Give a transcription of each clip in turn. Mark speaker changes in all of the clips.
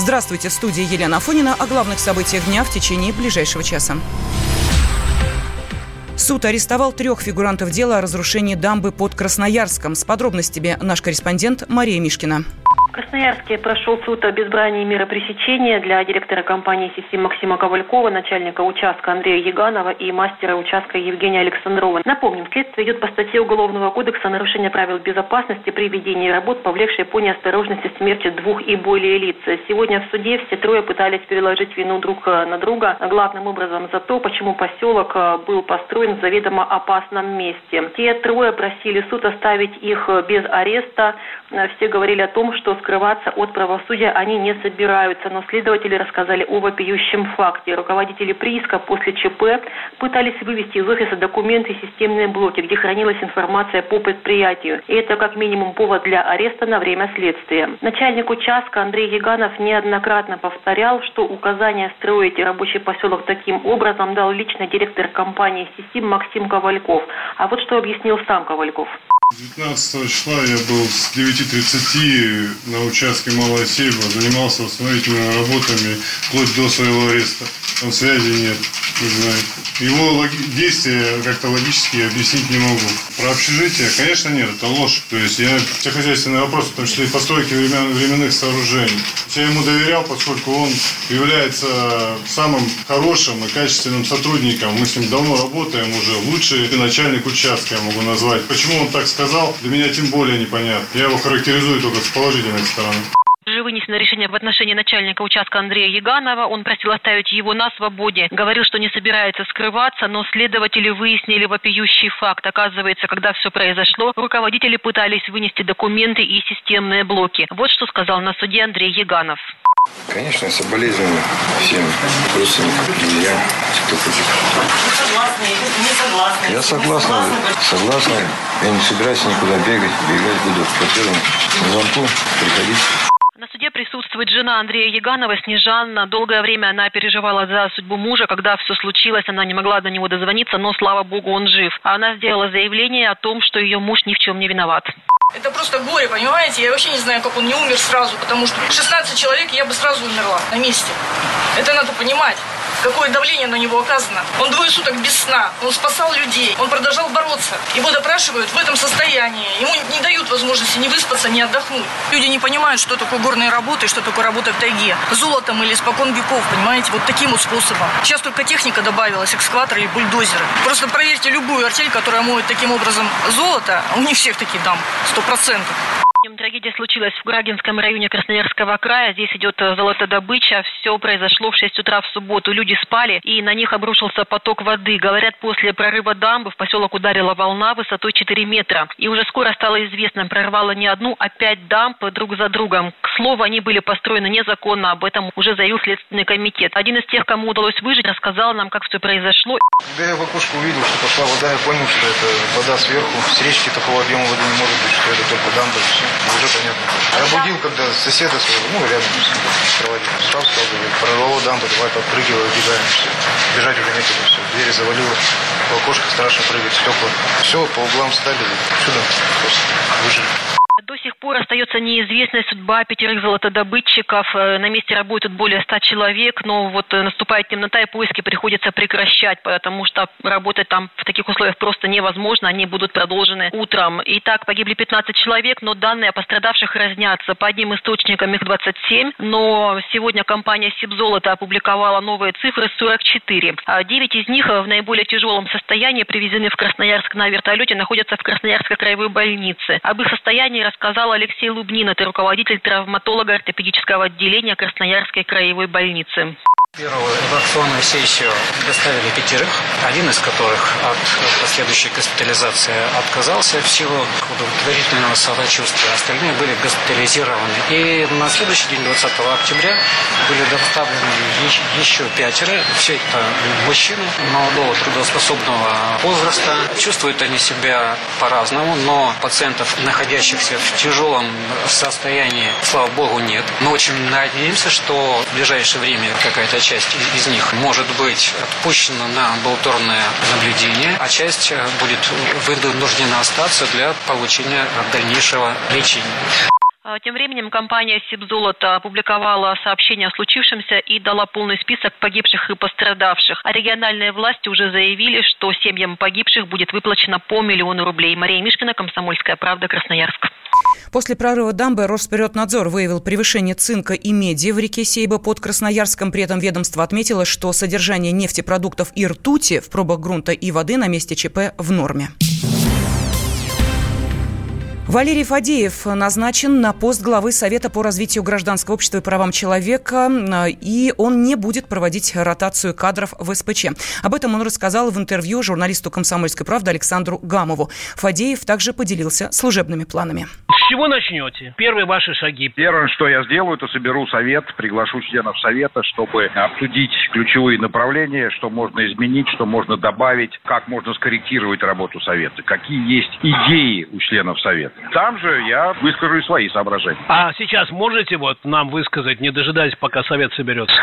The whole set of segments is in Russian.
Speaker 1: Здравствуйте, в студии Елена Афонина. О главных событиях дня в течение ближайшего часа. Суд арестовал 3 фигурантов дела о разрушении дамбы под Красноярском. С подробностями наш корреспондент Мария Мишкина.
Speaker 2: В Красноярске прошел суд об избрании меры пресечения для директора компании «Систем» Максима Ковалькова, начальника участка Андрея Яганова и мастера участка Евгения Александрова. Напомним, следствие идет по статье Уголовного кодекса «Нарушение правил безопасности при ведении работ, повлекшей по неосторожности смерти 2 и более лиц». Сегодня в суде все 3 пытались переложить вину друг на друга, главным образом за то, почему поселок был построен в заведомо опасном месте. Те 3 просили суд оставить их без ареста. Все говорили о том, что скрываться от правосудия они не собираются, но следователи рассказали о вопиющем факте. Руководители прииска после ЧП пытались вывести из офиса документы и системные блоки, где хранилась информация по предприятию. И это как минимум повод для ареста на время следствия. Начальник участка Андрей Яганов неоднократно повторял, что указание строить рабочий поселок таким образом дал лично директор компании «Систем» Максим Ковальков. А вот что объяснил сам Ковальков.
Speaker 3: 19 числа я был с 9:30 на участке Малая Сейба, занимался восстановительными работами вплоть до своего ареста. Там связи нет, не знаю. Его действия как-то логически объяснить не могу. Про общежитие, конечно, нет, это ложь. То есть все хозяйственные вопросы, в том числе и постройки временных сооружений. Я ему доверял, поскольку он является самым хорошим и качественным сотрудником. Мы с ним давно работаем уже. Лучший начальник участка я могу назвать. Почему он так сказал, для меня тем более непонятно. Я его характеризую только с положительной стороны.
Speaker 2: Уже вынесено решение в отношении начальника участка Андрея Яганова. Он просил оставить его на свободе. Говорил, что не собирается скрываться, но следователи выяснили вопиющий факт. Оказывается, когда все произошло, руководители пытались вынести документы и системные блоки. Вот что сказал на суде Андрей Яганов.
Speaker 4: Конечно, соболезную всем родственникам, друзьям, кто хочет.
Speaker 5: Не согласны?
Speaker 4: Я согласна. Я не собираюсь никуда бегать буду по первому звонку приходить.
Speaker 2: На суде присутствует жена Андрея Яганова, Снежанна. Долгое время она переживала за судьбу мужа. Когда все случилось, она не могла до него дозвониться, но, слава богу, он жив. Она сделала заявление о том, что ее муж ни в чем не виноват.
Speaker 5: Это просто горе, понимаете? Я вообще не знаю, как он не умер сразу, потому что 16 человек, я бы сразу умерла на месте. Это надо понимать. Какое давление на него оказано. Он 2 суток без сна. Он спасал людей. Он продолжал бороться. Его допрашивают в этом состоянии. Ему не дают возможности ни выспаться, ни отдохнуть. Люди не понимают, что такое горные работы, что такое работа в тайге. Золотом или испокон веков, понимаете? Вот таким вот способом. Сейчас только техника добавилась, экскаваторы и бульдозеры. Просто проверьте любую артель, которая моет таким образом золото. У них всех такие дам, 100%.
Speaker 2: Трагедия случилась в Грагинском районе Красноярского края. Здесь идет золотодобыча. Все произошло в 6 утра в субботу. Люди спали, и на них обрушился поток воды. Говорят, после прорыва дамбы в поселок ударила волна высотой 4 метра. И уже скоро стало известно, прорвало не одну, а 5 дамб друг за другом. К слову, они были построены незаконно. Об этом уже заявил Следственный комитет. Один из тех, кому удалось выжить, рассказал нам, как все произошло.
Speaker 4: Когда я в окошко увидел, что пошла вода, я понял, что это вода сверху. С речки такого объема воды не может быть, что это только дамба. Уже понятно. Я будил, когда соседа своего, рядом с кроватью, встал, говорит, прорвало дамбу, давай подпрыгивай, убегаем, все. Бежать уже некуда, все. Двери завалило, в окошко страшно прыгать, стекла. Все, по углам стали, чудом просто выжили.
Speaker 2: До сих пор остается неизвестной судьба 5 золотодобытчиков. На месте работают более 100 человек, но вот наступает темнота и поиски приходится прекращать, потому что работать там в таких условиях просто невозможно, они будут продолжены утром. Итак, погибли 15 человек, но данные о пострадавших разнятся. По одним источникам их 27, но сегодня компания «Сибзолото» опубликовала новые цифры – 44. 9 из них в наиболее тяжелом состоянии привезены в Красноярск на вертолете, находятся в Красноярской краевой больнице. Об их состоянии рассказал Алексей Лубнин, это руководитель травматолого-ортопедического отделения Красноярской краевой больницы.
Speaker 6: Первую эвакуационную сессию доставили 5, один из которых от последующей госпитализации отказался в силу удовлетворительного самочувствия. Остальные были госпитализированы. И на следующий день, 20 октября, были доставлены еще 5. Все это мужчины молодого трудоспособного возраста. Чувствуют они себя по-разному, но пациентов, находящихся в тяжелом состоянии, слава богу, нет. Мы очень надеемся, что в ближайшее время какая-то часть из них может быть отпущена на амбулаторное наблюдение, а часть будет вынуждена остаться для получения дальнейшего лечения.
Speaker 2: Тем временем компания «Сибзолото» опубликовала сообщение о случившемся и дала полный список погибших и пострадавших. А региональные власти уже заявили, что семьям погибших будет выплачено по 1 миллиону рублей. Мария Мишкина, «Комсомольская правда», Красноярск.
Speaker 1: После прорыва дамбы Росприроднадзор выявил превышение цинка и меди в реке Сейба под Красноярском. При этом ведомство отметило, что содержание нефтепродуктов и ртути в пробах грунта и воды на месте ЧП в норме. Валерий Фадеев назначен на пост главы Совета по развитию гражданского общества и правам человека, и он не будет проводить ротацию кадров в СПЧ. Об этом он рассказал в интервью журналисту «Комсомольской правды» Александру Гамову. Фадеев также поделился служебными планами.
Speaker 7: С чего начнете? Первые ваши шаги.
Speaker 8: Первое, что я сделаю, это соберу совет, приглашу членов совета, чтобы обсудить ключевые направления, что можно изменить, что можно добавить, как можно скорректировать работу совета, какие есть идеи у членов совета. Там же я выскажу и свои соображения.
Speaker 7: А сейчас можете нам высказать, не дожидаясь, пока совет соберется?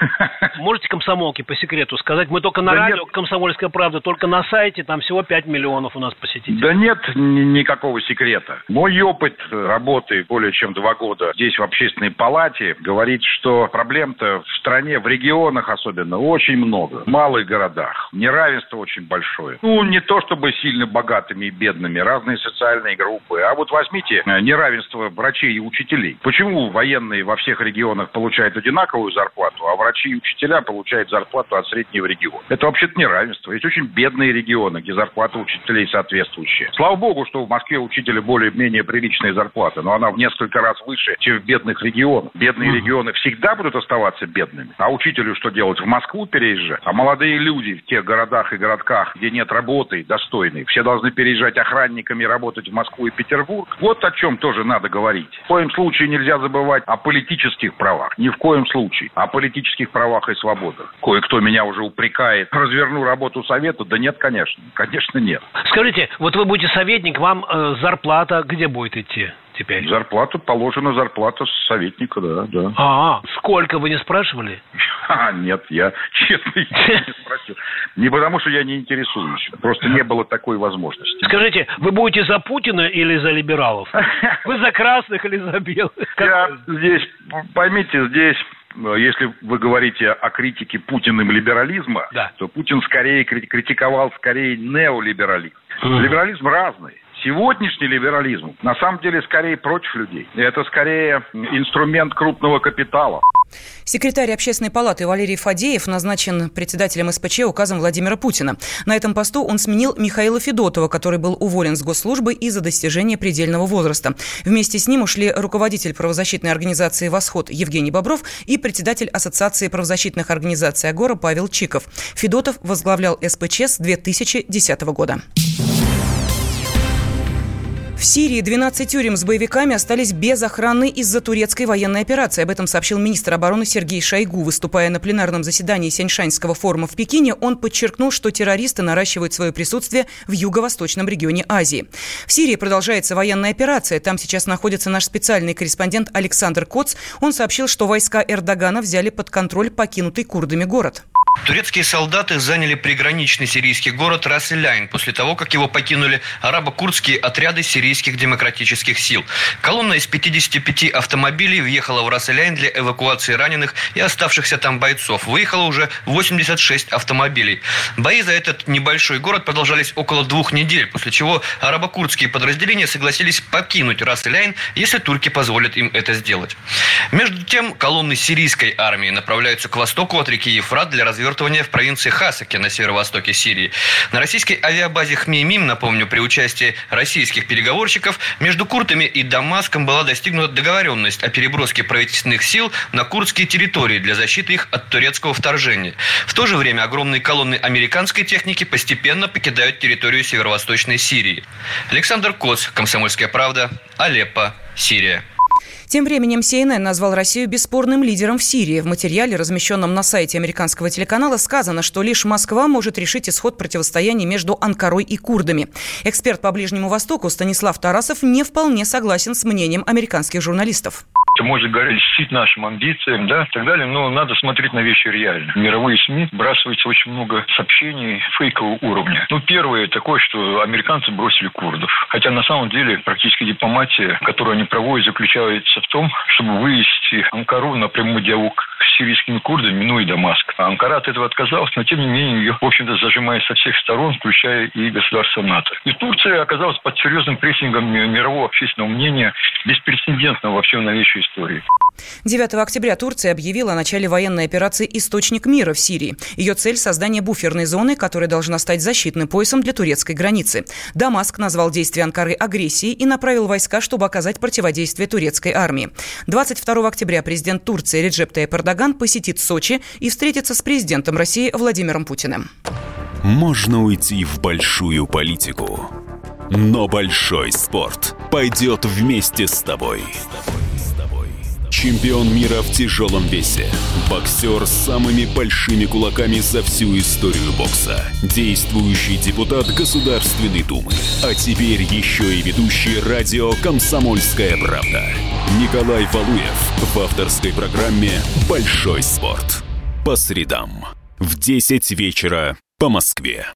Speaker 7: Можете комсомолке по секрету сказать? Мы только на радио «Комсомольская правда», только на сайте, там всего 5 миллионов у нас посетителей.
Speaker 8: Да нет никакого секрета. Мой опыт работы более чем 2 года здесь в общественной палате говорит, что проблем-то в стране, в регионах особенно, очень много. В малых городах. Неравенство очень большое. Не то чтобы сильно богатыми и бедными, разные социальные группы. А вот возьмите неравенство врачей и учителей. Почему военные во всех регионах получают одинаковую зарплату, а врачи и учителя получают зарплату от среднего региона? Это вообще-то неравенство. Есть очень бедные регионы, где зарплата учителей соответствующая. Слава богу, что в Москве у учителя более-менее приличная зарплата, но она в несколько раз выше, чем в бедных регионах. Бедные регионы всегда будут оставаться бедными. А учителю что делать? В Москву переезжать? А молодые люди в тех городах и городках, где нет работы достойной, все должны переезжать охранниками, работать в Москву и Петербург. Вот о чем тоже надо говорить. В коем случае нельзя забывать о политических правах. Ни в коем случае. О политических правах и свободах. Кое-кто меня уже упрекает. Разверну работу совета? Да нет, конечно. Конечно, нет.
Speaker 7: Скажите, вот вы будете советник, вам зарплата где будет идти теперь?
Speaker 8: Положена зарплата советника, да.
Speaker 7: Сколько, вы не спрашивали?
Speaker 8: Нет, я честно не спросил. Не потому, что я не интересуюсь. Просто не было такой возможности.
Speaker 7: Скажите, вы будете за Путина или за либералов? Вы за красных или за белых?
Speaker 8: Поймите, если вы говорите о критике Путиным либерализма, то Путин критиковал неолиберализм. Либерализм разный. Сегодняшний либерализм на самом деле скорее против людей. Это скорее инструмент крупного капитала.
Speaker 1: Секретарь Общественной палаты Валерий Фадеев назначен председателем СПЧ указом Владимира Путина. На этом посту он сменил Михаила Федотова, который был уволен с госслужбы из-за достижения предельного возраста. Вместе с ним ушли руководитель правозащитной организации «Восход» Евгений Бобров и председатель Ассоциации правозащитных организаций «Агора» Павел Чиков. Федотов возглавлял СПЧ с 2010 года. В Сирии 12 тюрем с боевиками остались без охраны из-за турецкой военной операции. Об этом сообщил министр обороны Сергей Шойгу. Выступая на пленарном заседании Сяньшаньского форума в Пекине, он подчеркнул, что террористы наращивают свое присутствие в юго-восточном регионе Азии. В Сирии продолжается военная операция. Там сейчас находится наш специальный корреспондент Александр Коц. Он сообщил, что войска Эрдогана взяли под контроль покинутый курдами город.
Speaker 9: Турецкие солдаты заняли приграничный сирийский город Рас-эль-Айн после того, как его покинули арабо-курдские отряды сирийских демократических сил. Колонна из 55 автомобилей въехала в Рас-эль-Айн для эвакуации раненых и оставшихся там бойцов. Выехало уже 86 автомобилей. Бои за этот небольшой город продолжались около 2 недель, после чего арабо-курдские подразделения согласились покинуть Рас-эль-Айн, если турки позволят им это сделать. Между тем, колонны сирийской армии направляются к востоку от реки Ефрат для развертывания в провинции Хасаке на северо-востоке Сирии. На российской авиабазе Хмеймим, напомню, при участии российских переговорщиков, между курдами и Дамаском была достигнута договоренность о переброске правительственных сил на курдские территории для защиты их от турецкого вторжения. В то же время огромные колонны американской техники постепенно покидают территорию северо-восточной Сирии. Александр Коц, «Комсомольская правда», Алеппо, Сирия.
Speaker 1: Тем временем CNN назвал Россию бесспорным лидером в Сирии. В материале, размещенном на сайте американского телеканала, сказано, что лишь Москва может решить исход противостояния между Анкарой и курдами. Эксперт по Ближнему Востоку Станислав Тарасов не вполне согласен с мнением американских журналистов.
Speaker 10: Это может льстить нашим амбициям, да, и так далее, но надо смотреть на вещи реально. Мировые СМИ бросаются очень много сообщений фейкового уровня. Первое такое, что американцы бросили курдов. Хотя на самом деле практически дипломатия, которую они проводят, заключается в том, чтобы вывести Анкару на прямой диалог с сирийскими курдами, минуя Дамаск. А Анкара от этого отказалась, но тем не менее ее, в общем-то, зажимает со всех сторон, включая и государство НАТО. И Турция оказалась под серьезным прессингом мирового общественного мнения, беспрецедентного во всей новейшей истории.
Speaker 1: 9 октября Турция объявила о начале военной операции «Источник мира» в Сирии. Ее цель – создание буферной зоны, которая должна стать защитным поясом для турецкой границы. Дамаск назвал действия Анкары агрессией и направил войска, чтобы оказать противодействие турецкой армии. 22 октября президент Турции Реджеп Тайип Эрдоган посетит Сочи и встретится с президентом России Владимиром Путиным.
Speaker 11: Можно уйти в большую политику, но большой спорт пойдет вместе с тобой. Чемпион мира в тяжелом весе. Боксер с самыми большими кулаками за всю историю бокса. Действующий депутат Государственной Думы. А теперь еще и ведущий радио «Комсомольская правда». Николай Валуев в авторской программе «Большой спорт». По средам в 10 вечера по Москве.